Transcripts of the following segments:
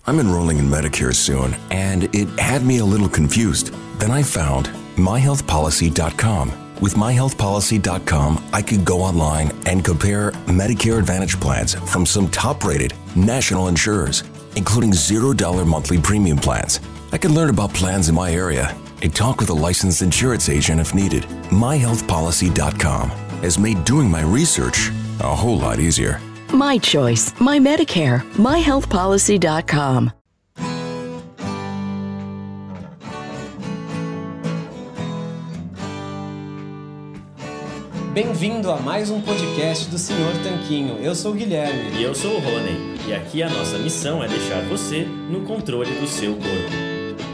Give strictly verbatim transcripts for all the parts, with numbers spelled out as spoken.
I'm enrolling in Medicare soon, and it had me a little confused. Then I found my health policy dot com. With my health policy dot com, I could go online and compare Medicare Advantage plans from some top-rated national insurers, including zero dollar monthly premium plans. I could learn about plans in my area and talk with a licensed insurance agent if needed. my health policy dot com has made doing my research a whole lot easier. My choice, my Medicare, my health policy dot com. Bem-vindo a mais um podcast do senhor Tanquinho. Eu sou o Guilherme. E eu sou o Rony. E aqui a nossa missão é deixar você no controle do seu corpo.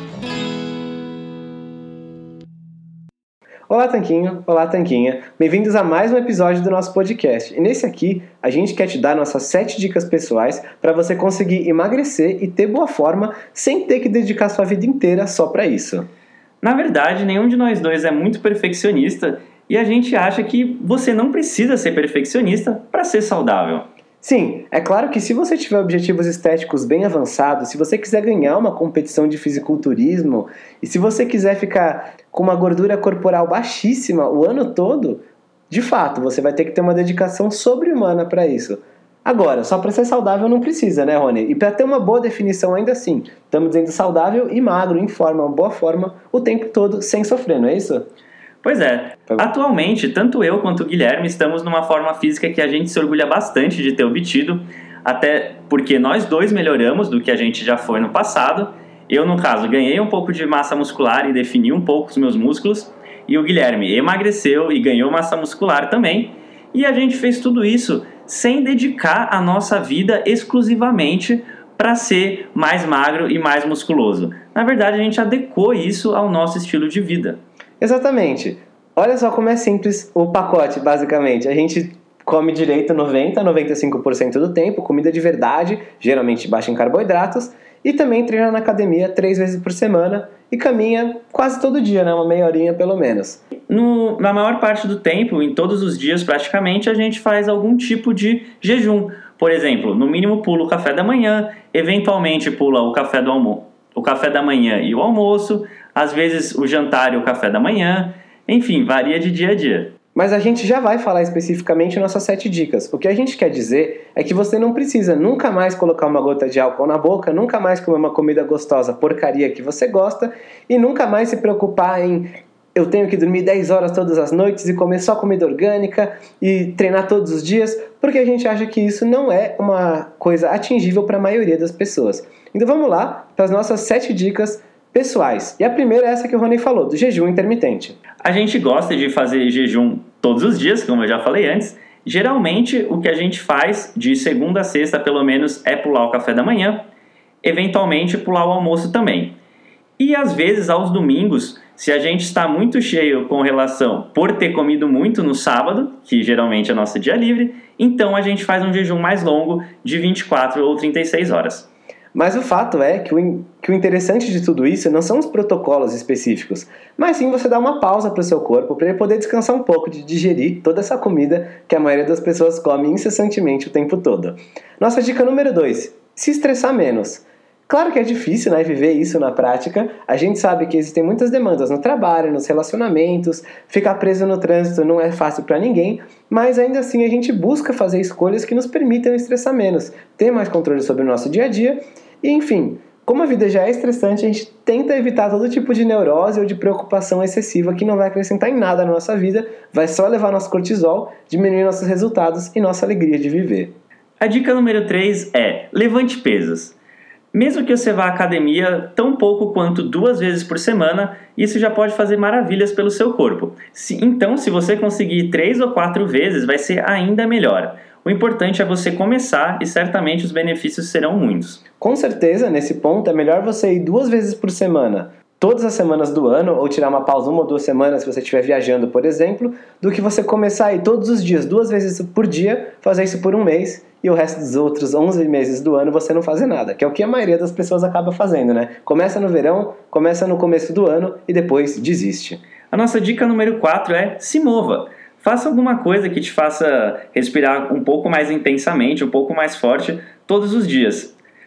Olá, Tanquinho. Olá, Tanquinha. Bem-vindos a mais um episódio do nosso podcast. E nesse aqui, a gente quer te dar nossas sete dicas pessoais para você conseguir emagrecer e ter boa forma sem ter que dedicar sua vida inteira só para isso. Na verdade, nenhum de nós dois é muito perfeccionista e a gente acha que você não precisa ser perfeccionista para ser saudável. Sim, é claro que se você tiver objetivos estéticos bem avançados, se você quiser ganhar uma competição de fisiculturismo e se você quiser ficar com uma gordura corporal baixíssima o ano todo, de fato, você vai ter que ter uma dedicação sobre-humana para isso. Agora, só para ser saudável não precisa, né, Rony? E para ter uma boa definição ainda assim, estamos dizendo saudável e magro, em forma, uma boa forma, o tempo todo, sem sofrer, não é isso? Pois é, atualmente, tanto eu quanto o Guilherme estamos numa forma física que a gente se orgulha bastante de ter obtido, até porque nós dois melhoramos do que a gente já foi no passado. Eu, no caso, ganhei um pouco de massa muscular e defini um pouco os meus músculos, e o Guilherme emagreceu e ganhou massa muscular também, e a gente fez tudo isso sem dedicar a nossa vida exclusivamente para ser mais magro e mais musculoso. Na verdade, a gente adequou isso ao nosso estilo de vida. Exatamente. Olha só como é simples o pacote, basicamente. A gente come direito noventa a noventa e cinco por cento do tempo, comida de verdade, geralmente baixa em carboidratos, e também treina na academia três vezes por semana e caminha quase todo dia, né? Uma meia horinha pelo menos. No, na maior parte do tempo, em todos os dias praticamente, a gente faz algum tipo de jejum. Por exemplo, no mínimo pula o café da manhã, eventualmente pula o café do almoço, o café da manhã e o almoço, às vezes o jantar e o café da manhã, enfim, varia de dia a dia. Mas a gente já vai falar especificamente nossas sete dicas. O que a gente quer dizer é que você não precisa nunca mais colocar uma gota de álcool na boca, nunca mais comer uma comida gostosa, porcaria que você gosta, e nunca mais se preocupar em eu tenho que dormir dez horas todas as noites e comer só comida orgânica e treinar todos os dias, porque a gente acha que isso não é uma coisa atingível para a maioria das pessoas. Então vamos lá para as nossas sete dicas pessoais. E a primeira é essa que o Rony falou, do jejum intermitente. A gente gosta de fazer jejum todos os dias, como eu já falei antes. Geralmente, o que a gente faz de segunda a sexta, pelo menos, é pular o café da manhã, eventualmente pular o almoço também. E às vezes, aos domingos, se a gente está muito cheio com relação por ter comido muito no sábado, que geralmente é nosso dia livre, então a gente faz um jejum mais longo de vinte e quatro ou trinta e seis horas. Mas o fato é que o, que o interessante de tudo isso não são os protocolos específicos, mas sim você dar uma pausa para o seu corpo para ele poder descansar um pouco de digerir toda essa comida que a maioria das pessoas come incessantemente o tempo todo. Nossa dica número dois, se estressar menos. Claro que é difícil, né, viver isso na prática. A gente sabe que existem muitas demandas no trabalho, nos relacionamentos, ficar preso no trânsito não é fácil para ninguém, mas ainda assim a gente busca fazer escolhas que nos permitam estressar menos, ter mais controle sobre o nosso dia a dia e, enfim, como a vida já é estressante, a gente tenta evitar todo tipo de neurose ou de preocupação excessiva que não vai acrescentar em nada na nossa vida, vai só levar nosso cortisol, diminuir nossos resultados e nossa alegria de viver. A dica número três é levante pesos. Mesmo que você vá à academia tão pouco quanto duas vezes por semana, isso já pode fazer maravilhas pelo seu corpo. Se, então, se você conseguir três ou quatro vezes, vai ser ainda melhor. O importante é você começar e certamente os benefícios serão muitos. Com certeza, nesse ponto, é melhor você ir duas vezes por semana, todas as semanas do ano, ou tirar uma pausa uma ou duas semanas se você estiver viajando, por exemplo, do que você começar a ir todos os dias, duas vezes por dia, fazer isso por um mês, e o resto dos outros onze meses do ano você não fazer nada, que é o que a maioria das pessoas acaba fazendo, né? Começa no verão, começa no começo do ano e depois desiste. A nossa dica número quatro é se mova. Faça alguma coisa que te faça respirar um pouco mais intensamente, um pouco mais forte todos os dias.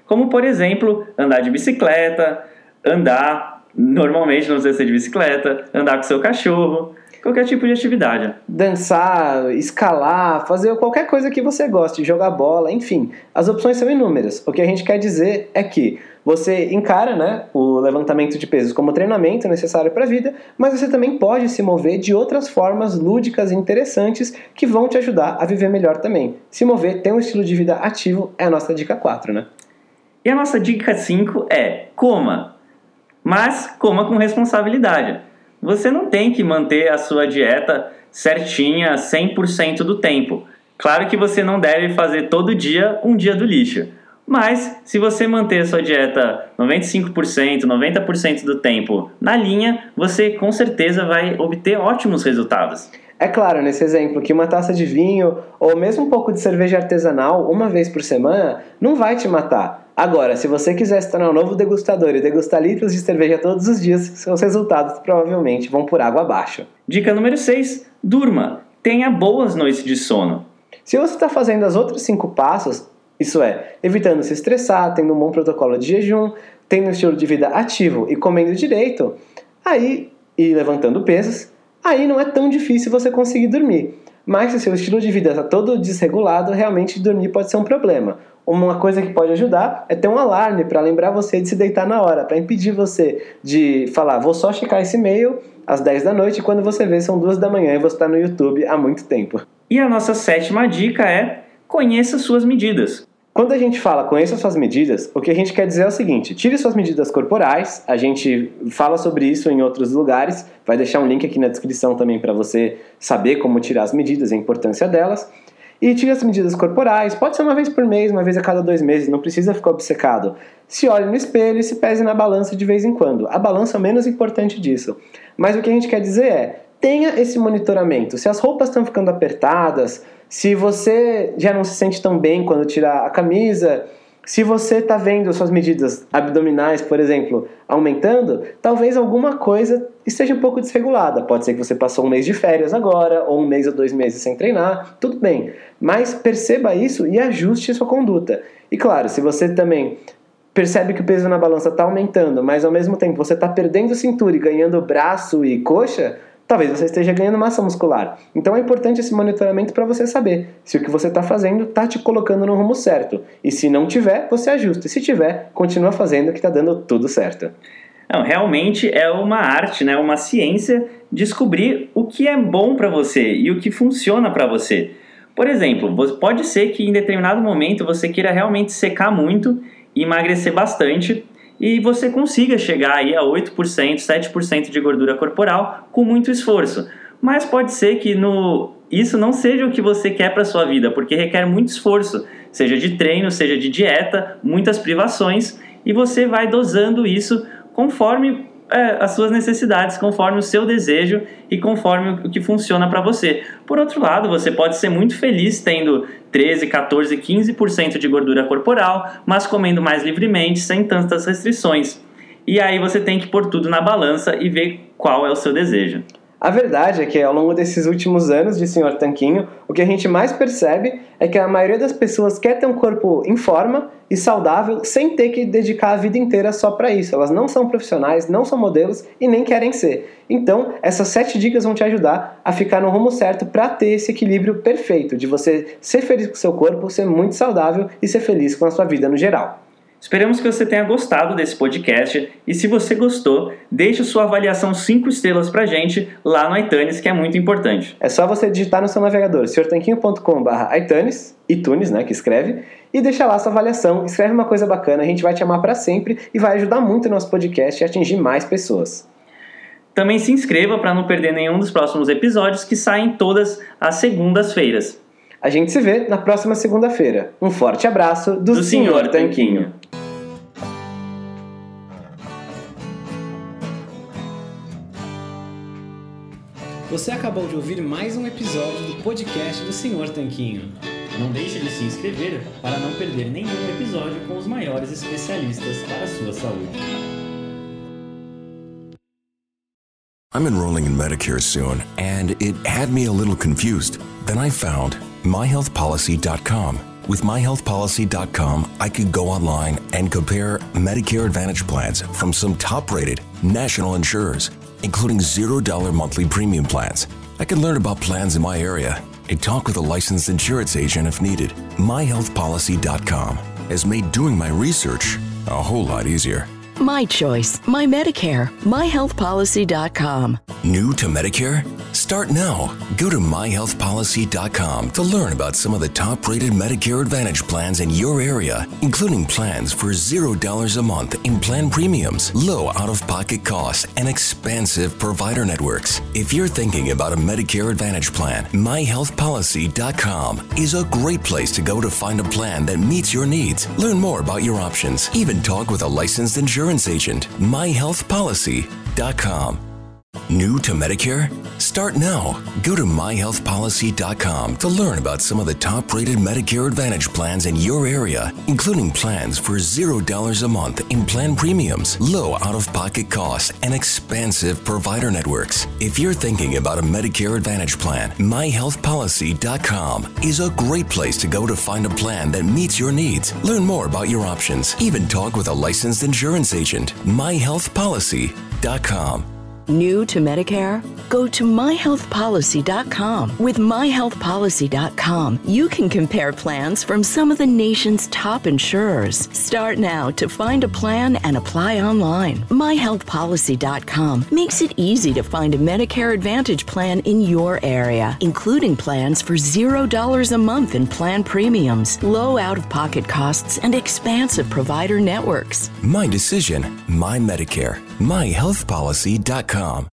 como, por exemplo, andar de bicicleta, andar normalmente, não precisa ser de bicicleta, andar com seu cachorro, qualquer tipo de atividade. Dançar, escalar, fazer qualquer coisa que você goste, jogar bola, enfim. As opções são inúmeras. O que a gente quer dizer é que você encara, né, o levantamento de pesos como treinamento necessário para a vida, mas você também pode se mover de outras formas lúdicas e interessantes que vão te ajudar a viver melhor também. Se mover, ter um estilo de vida ativo é a nossa dica quatro, né? E a nossa dica cinco é coma, mas coma com responsabilidade. Você não tem que manter a sua dieta certinha cem por cento do tempo. Claro que você não deve fazer todo dia um dia do lixo. Mas, se você manter a sua dieta noventa e cinco por cento, noventa por cento do tempo na linha, você com certeza vai obter ótimos resultados. É claro, nesse exemplo, que uma taça de vinho ou mesmo um pouco de cerveja artesanal uma vez por semana não vai te matar. Agora, se você quiser se tornar um novo degustador e degustar litros de cerveja todos os dias, seus resultados provavelmente vão por água abaixo. Dica número seis. Durma. Tenha boas noites de sono. Se você está fazendo os outros cinco passos, isso é, evitando se estressar, tendo um bom protocolo de jejum, tendo um estilo de vida ativo e comendo direito, aí, e levantando pesos, aí não é tão difícil você conseguir dormir. Mas se o seu estilo de vida está todo desregulado, realmente dormir pode ser um problema. Uma coisa que pode ajudar é ter um alarme para lembrar você de se deitar na hora, para impedir você de falar, vou só checar esse e-mail às dez da noite, e quando você vê são duas da manhã e você está no YouTube há muito tempo. E a nossa sétima dica é conheça suas medidas. Quando a gente fala conheça suas medidas, o que a gente quer dizer é o seguinte, tire suas medidas corporais, a gente fala sobre isso em outros lugares, vai deixar um link aqui na descrição também para você saber como tirar as medidas e a importância delas. E tire as medidas corporais, pode ser uma vez por mês, uma vez a cada dois meses, não precisa ficar obcecado. Se olhe no espelho e se pese na balança de vez em quando. A balança é o menos importante disso. Mas o que a gente quer dizer é, tenha esse monitoramento. Se as roupas estão ficando apertadas, se você já não se sente tão bem quando tirar a camisa, se você está vendo suas medidas abdominais, por exemplo, aumentando, talvez alguma coisa esteja um pouco desregulada. Pode ser que você passou um mês de férias agora, ou um mês ou dois meses sem treinar, tudo bem. Mas perceba isso e ajuste a sua conduta. E claro, se você também percebe que o peso na balança está aumentando, mas ao mesmo tempo você está perdendo cintura e ganhando braço e coxa, talvez você esteja ganhando massa muscular. Então é importante esse monitoramento para você saber se o que você está fazendo está te colocando no rumo certo. E se não tiver, você ajusta. E se tiver, continua fazendo que está dando tudo certo. Não, realmente é uma arte, né? Uma ciência descobrir o que é bom para você e o que funciona para você. Por exemplo, pode ser que em determinado momento você queira realmente secar muito e emagrecer bastante, e você consiga chegar aí a oito por cento, sete por cento de gordura corporal com muito esforço. Mas pode ser que no... isso não seja o que você quer para a sua vida, porque requer muito esforço, seja de treino, seja de dieta, muitas privações, e você vai dosando isso conforme é, as suas necessidades, conforme o seu desejo e conforme o que funciona para você. Por outro lado, você pode ser muito feliz tendo treze, quatorze, quinze por cento de gordura corporal, mas comendo mais livremente, sem tantas restrições. E aí você tem que pôr tudo na balança e ver qual é o seu desejo. A verdade é que ao longo desses últimos anos de senhor Tanquinho, o que a gente mais percebe é que a maioria das pessoas quer ter um corpo em forma e saudável sem ter que dedicar a vida inteira só para isso. Elas não são profissionais, não são modelos e nem querem ser. Então, essas sete dicas vão te ajudar a ficar no rumo certo para ter esse equilíbrio perfeito de você ser feliz com o seu corpo, ser muito saudável e ser feliz com a sua vida no geral. Esperamos que você tenha gostado desse podcast e se você gostou, deixe sua avaliação cinco estrelas pra gente lá no iTunes, que é muito importante. É só você digitar no seu navegador senhor tanquinho ponto com barra iTunes, iTunes, né, que escreve, e deixa lá sua avaliação, escreve uma coisa bacana, a gente vai te amar pra sempre e vai ajudar muito o nosso podcast a atingir mais pessoas. Também se inscreva para não perder nenhum dos próximos episódios que saem todas as segundas-feiras. A gente se vê na próxima segunda-feira. Um forte abraço do, do senhor Tanquinho. Você acabou de ouvir mais um episódio do podcast do senhor Tanquinho. Não deixe de se inscrever para não perder nenhum episódio com os maiores especialistas para a sua saúde. I'm enrolling in Medicare soon, and it had me a little confused. Then I found my health policy dot com. With my health policy dot com, I could go online and compare Medicare Advantage plans from some top-rated national insurers, including zero dollars monthly premium plans. I could learn about plans in my area and talk with a licensed insurance agent if needed. my health policy dot com has made doing my research a whole lot easier. My choice, my Medicare, my health policy dot com. New to Medicare? Start now. Go to my health policy dot com to learn about some of the top-rated Medicare Advantage plans in your area, including plans for zero dollars a month in plan premiums, low out-of-pocket costs, and expansive provider networks. If you're thinking about a Medicare Advantage plan, my health policy dot com is a great place to go to find a plan that meets your needs. Learn more about your options. Even talk with a licensed insurance agent. my health policy dot com. New to Medicare? Start now. Go to my health policy dot com to learn about some of the top-rated Medicare Advantage plans in your area, including plans for zero dollars a month in plan premiums, low out-of-pocket costs, and expansive provider networks. If you're thinking about a Medicare Advantage plan, my health policy dot com is a great place to go to find a plan that meets your needs. Learn more about your options. Even talk with a licensed insurance agent. my health policy dot com. New to Medicare? Go to my health policy dot com. With my health policy dot com, you can compare plans from some of the nation's top insurers. Start now to find a plan and apply online. my health policy dot com makes it easy to find a Medicare Advantage plan in your area, including plans for zero dollars a month in plan premiums, low out-of-pocket costs, and expansive provider networks. My decision, my Medicare. my health policy dot com.